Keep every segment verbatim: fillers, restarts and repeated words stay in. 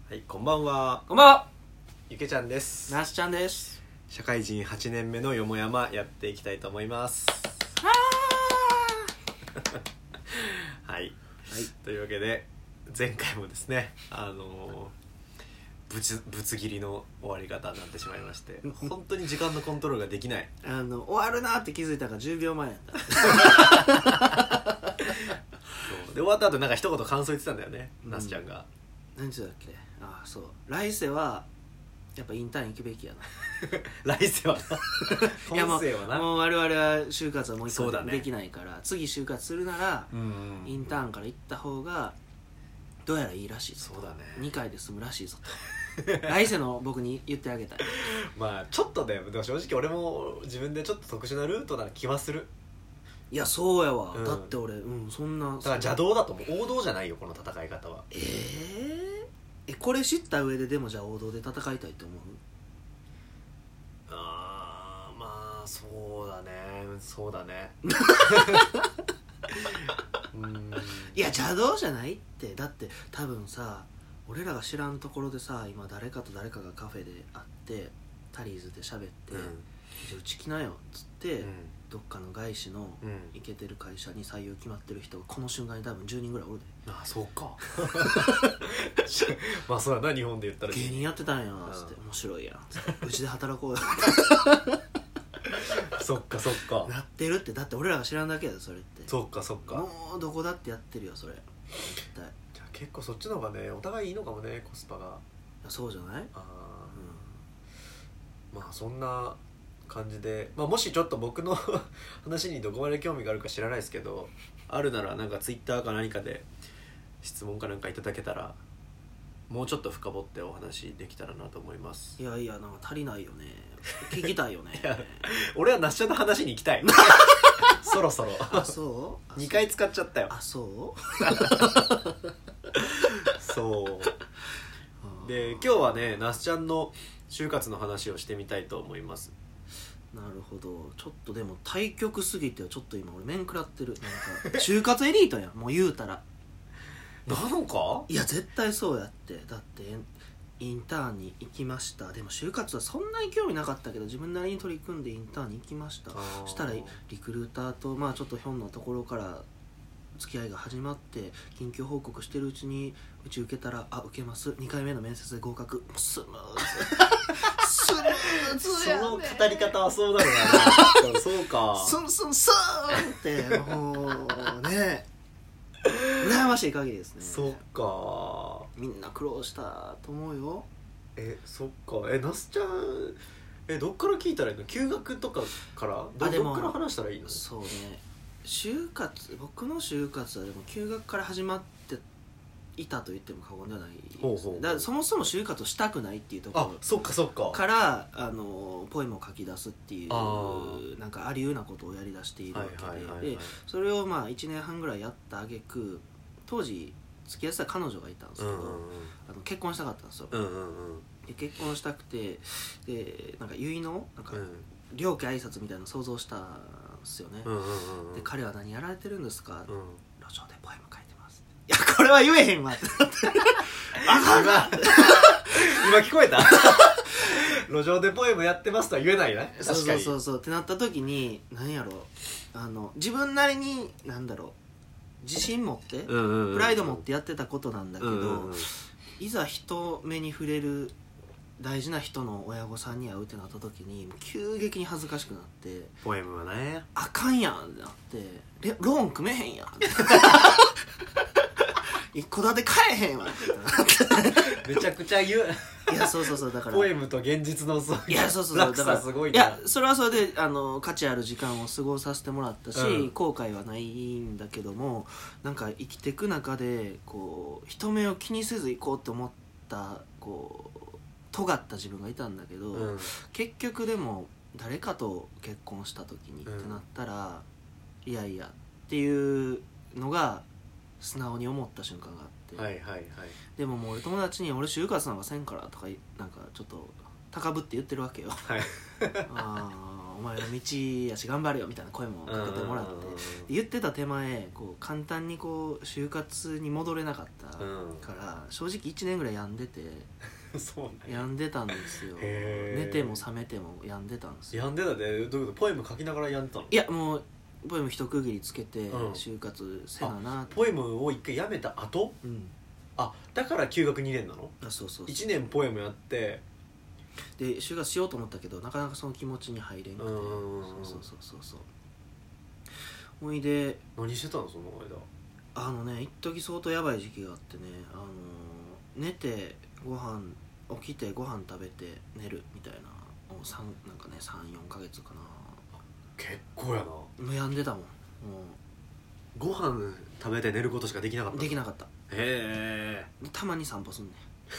はい、こんばんは。 こんばんは。 ゆけちゃんです。 なしちゃんです。 社会人はちねんめのよもやまやっていきたいと思います。 ははい、はい、というわけで前回もですね、あのー、ぶつぶつ切りの終わり方になってしまいまして本当に時間のコントロールができない。 あの終わるなって気づいたからじゅうびょうまえやったそうで終わった後なんか一言感想言ってたんだよね、うん、なすちゃんが。 何て言ったっけ。ああそう、来世はやっぱインターン行くべきやな来世はな今世はな。 もう我々は就活はもう一回そうだねできないから、次就活するなら、うんうん、インターンから行った方がどうやらいいらしいぞ。 そうだね、 にかいで済むらしいぞと来世の僕に言ってあげたいまあちょっとね、でも正直俺も自分でちょっと特殊なルートな気はする。 いやそうやわ、 うん、だって俺、うん、そんなだから邪道だと思う。王道じゃないよこの戦い方は。 えー、えこれ知った上ででもじゃあ王道で戦いたいと思う？ あーまあそうだねそうだねうんいや邪道じゃないって。だって多分さ、俺らが知らんところでさ、今誰かと誰かがカフェで会ってタリーズで喋って、うん、じゃあうち来なよっつって、うん、どっかの外資のイケてる会社に採用決まってる人がこの瞬間に多分じゅうにんぐらいおるで。 ああそうかまあそうだな、日本で言ったら芸人やってたんやっつって、面白いやんつってうちで働こうよそっかそっかなってるって。だって俺らが知らんだけやでそれって。 そっかそっか、 もうどこだってやってるよそれ絶対。 じゃあ結構そっちの方がねお互いいいのかもね、コスパが。いやそうじゃない。 あ、うん、まあそんな感じで、まあ、もしちょっと僕の話にどこまで興味があるか知らないですけど、あるならなんかツイッターか何かで質問かなんかいただけたらもうちょっと深掘ってお話できたらなと思います。 いやいや、なんか足りないよね、聞きたいよねいや俺はなっちゃんの話に行きたいそろそろ。 あそうにかい使っちゃったよ。 あそうそうで今日はね、なすちゃんの就活の話をしてみたいと思います。 なるほど。ちょっとでも対極すぎてちょっと今俺面食らってる。なんか就活エリートやんもう言うたら。 なのか。いや絶対そうやって。だってインターンに行きました。でも就活はそんなに興味なかったけど自分なりに取り組んでインターンに行きました。そしたらリクルーターとまあちょっとひょんなところから付き合いが始まって緊急報告してるうちにうち受けたら、あ受けます、にかいめの面接で合格、スムーズスムーズやね。 その語り方はそうだろうなそうかスンスンスーンってもうね羨ましい限りですね。 そっか、 みんな苦労したと思うよ。 えそっか。えなすちゃんえどっから聞いたらいいの？休学とかからど, どっから話したらいいの？ そうね、就活、僕の就活はでも休学から始まっていたと言っても過言ではないですね。 ほうほうほう。 だからそもそも就活をしたくないっていうところ、 あそっかそっかからあのポエムを書き出すっていうなんかあり得なことをやりだしているわけで、はいはいはいはい、でそれをまあいちねんはんぐらいやった挙句、当時付き合ってた彼女がいたんですけど、うんうんうん、あの結婚したかったんですよ、うんうんうん、で結婚したくて、でなんか結のなんか、うん、両家挨拶みたいなの想像したんですよね、うんうんうん、で彼は何やられてるんですか、うん、路上でポエム書いてます。いやこれは言えへんわってなってあかんな今聞こえた路上でポエムやってますとは言えないね。確かに。 そうそうそうそうってなった時に何やろう、あの自分なりに何だろう自信持って、うんうんうん、プライド持ってやってたことなんだけど、うんうんうん、いざ人目に触れる大事な人の親御さんに会うってなった時に急激に恥ずかしくなって、 ポエムはねあかんやんってなってローン組めへんやん一戸建て買えへんわってめちゃくちゃ言ういやそうそうそう、だからポエムと現実のそういやそうそうそう落差すごいな。 いやそれはそれであの価値ある時間を過ごさせてもらったし、うん、後悔はないんだけども、なんか生きていく中でこう人目を気にせず行こうって思ったこう尖った自分がいたんだけど、うん、結局でも誰かと結婚した時にってなったら、うん、いやいやっていうのが素直に思った瞬間があって、 はいはいはい、 でももう俺友達に俺就活なんかせんからとかなんかちょっと高ぶって言ってるわけよ、 はい、 あお前の道やし頑張れよみたいな声もかけてもらって言ってた手前こう簡単にこう就活に戻れなかったから、うん、正直いちねんぐらい病んでてそうね、 病んでたんですよ。寝ても覚めても病んでたんですよ。 病んでたでどういうことポエム書きながら病んでたの？ いやもうポエム一区切りつけて就活せななって、 うん、ポエムを一回やめた後、うん、あだから休学にねんなの？ あそうそうそう、 いちねんポエムやってで就活しようと思ったけどなかなかその気持ちに入れんくて、うんそうそうそうそうほいで何してたのその間？ あのね一時相当やばい時期があってね、あの寝てご飯起きてご飯食べて寝るみたいなをさんなんかねさんよんかげつかな。 結構やな。 もう病んでたもん。もうご飯食べて寝ることしかできなかった？ できなかった。 へえ。 たまに散歩すんね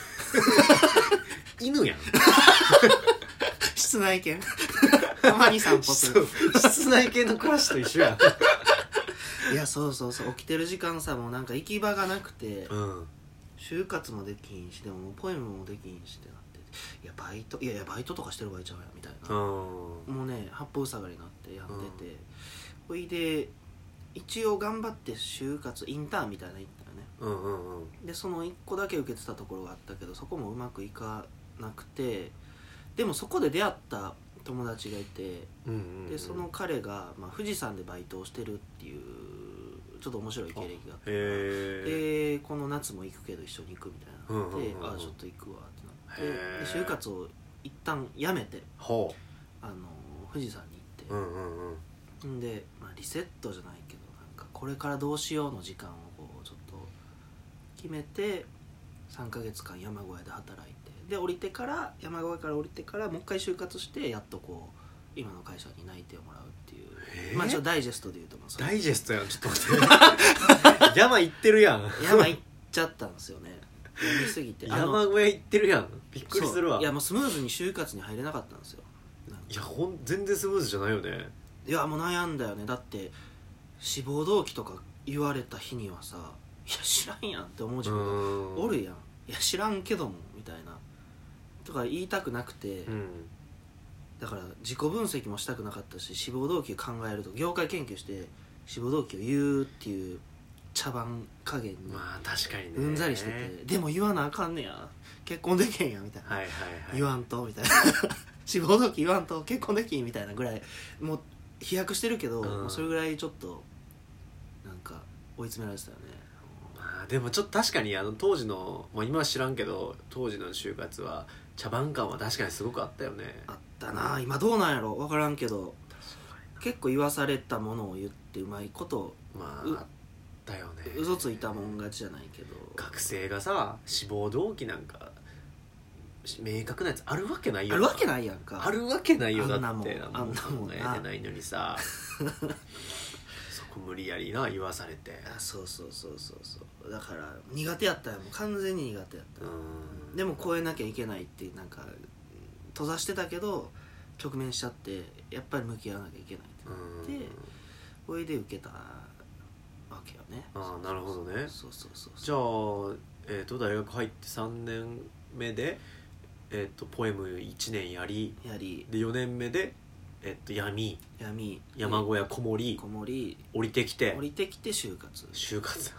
ん犬やん室内犬たまに散歩する室内犬の暮らしと一緒やんいやそうそうそう起きてる時間さもうなんか行き場がなくて、うん、就活もできんしでももうポエムもできんしってなっていやバイトいやいやバイトとかしてる場合ちゃうやみたいな、うん、もうね八方塞がりになってやってて、ほ、うん、いで一応頑張って就活インターンみたいなの行ったよね、うんうんうん、でそのいっこだけ受けてたところがあったけどそこもうまくいかなくて、でもそこで出会った友達がいて、うんうんうん、でその彼が、まあ、富士山でバイトをしてるっていうちょっと面白い経歴があってでこの夏も行くけど一緒に行くみたいなので、うんうんうん、ああちょっと行くわってなってで就活を一旦やめてあの富士山に行って、うんうんうん、で、まあ、リセットじゃないけどなんかこれからどうしようの時間をこうちょっと決めてさんかげつかん山小屋で働いてで降りてから山小屋から降りてからもう一回就活してやっとこう今の会社に内定をもらうっていう、えー、まあちょっとダイジェストで言うとまあダイジェストやんちょっと待って山行ってるやん山行っちゃったんですよね読みすぎて山小屋行ってるやんびっくりするわ。 いやもうスムーズに就活に入れなかったんですよ。 いやほん全然スムーズじゃないよね。 いやもう悩んだよね。だって志望動機とか言われた日にはさいや知らんやんって思う自分がおるやん。いや知らんけどもみたいなとか言いたくなくて、うん、だから自己分析もしたくなかったし志望動機を考えると業界研究して志望動機を言うっていう茶番加減にうんざりしてて、まあ、でも言わなあかんねや結婚できへんやみたいな、はいはいはい、言わんとみたいな志望動機言わんと結婚できんみたいなぐらいもう飛躍してるけど、うん、もうそれぐらいちょっとなんか追い詰められてたよね。 まあでもちょっと確かにあの当時の、まあ、今は知らんけど当時の就活は茶番感は確かにすごくあったよね。 あったな。今どうなんやろ分からんけど結構言わされたものを言ってうまいことまあだよね。 嘘ついたもん勝ちじゃないけど学生がさ志望動機なんか明確なやつあるわけないよ。 あるわけないやんか。 あるわけないよ。だってあんなもんあんなもんえてないのにさそこ無理やりな言わされて。 あそうそうそうそうそうだから苦手やったよ。もう完全に苦手やった。うんでも超えなきゃいけないってなんか閉ざしてたけど直面しちゃってやっぱり向き合わなきゃいけないってなってこれで受けたわけよね。 ああなるほどね。 そうそうそうそう。 じゃあ、えー、と大学入ってさんねんめで、えー、とポエムいちねんやりやりでよねんめで、えー、と闇闇山小屋こもりこもり降りてきて降りてきて就活就活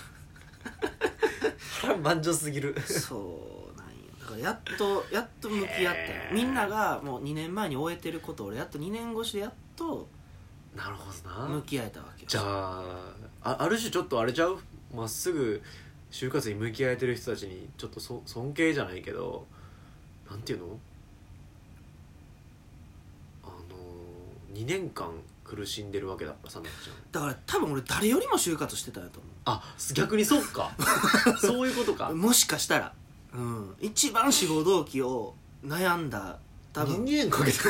腹満場すぎるそうなんよ。だからやっとやっと向き合ったよ。みんながもうにねんまえに終えてることを俺やっとにねんごしでやっとなるほどな向き合えたわけよ。 じゃあ あ, ある種ちょっとあれちゃうまっすぐ就活に向き合えてる人たちにちょっとそ尊敬じゃないけどなんていうのあのにねんかん苦しんでるわけだからさなっちゃん。 だから多分俺誰よりも就活してたんやと思う。 あ逆にそうかそういうことかもしかしたら、うん、一番志望動機を悩んだ多分にねんかけてる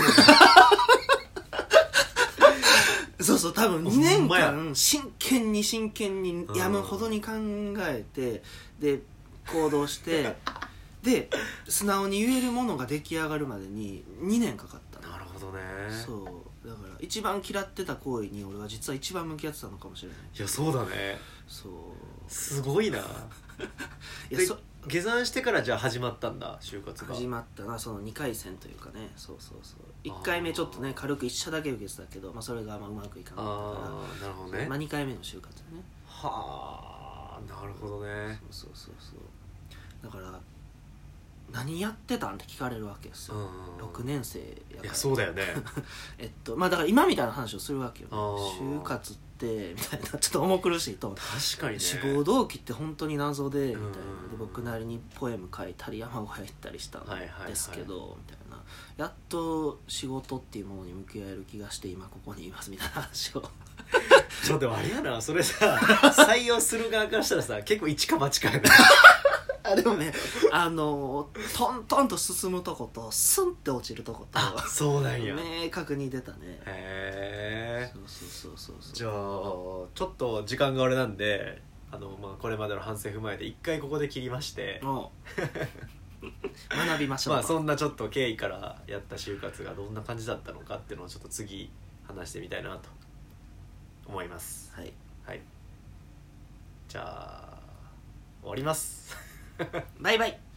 そうそう多分にねんかん真剣に真剣にやむほどに考えてで行動してで素直に言えるものが出来上がるまでににねんかかった。 なるほどね。 そうだから一番嫌ってた行為に俺は実は一番向き合ってたのかもしれない。 いやそうだね。 そうすごいないやそ下山してからじゃあ始まったんだ就活が。 始まったな、そのにかい戦というかね。そうそうそう、いっかいめちょっとね軽くいっ社だけ受けてたけど、まあ、それがまあうまくいかなかったから、 あなるほどね、 まあ、にかいめの就活ね。 はあなるほどね。 そうそうそうそう、だから何やってたんって聞かれるわけですよ、 うん、 ろくねん生やから。 いやそうだよねえっとまあだから今みたいな話をするわけよ、ね、 あー就活ってみたいな、ちょっと重苦しいと確かにね志望動機って本当に謎でみたいな、 うんで僕なりにポエム書いたり山小屋行ったりしたんですけど、 はいはいはいみたいな、やっと仕事っていうものに向き合える気がして今ここにいますみたいな話をちょっとあれやな、それさ採用する側からしたらさ結構一か八かやなあでもね、あのトントンと進むとことスンって落ちるとことあそうなんや、 明確に出たね。 へえ。 そうそうそうそう。 じゃあちょっと時間があれなんで、あの、まあ、これまでの反省踏まえて一回ここで切りましてお学びましょう。 まあそんなちょっと経緯からやった就活がどんな感じだったのかっていうのをちょっと次話してみたいなと思います。 はい、 はい、じゃあ終わりますバイバイ。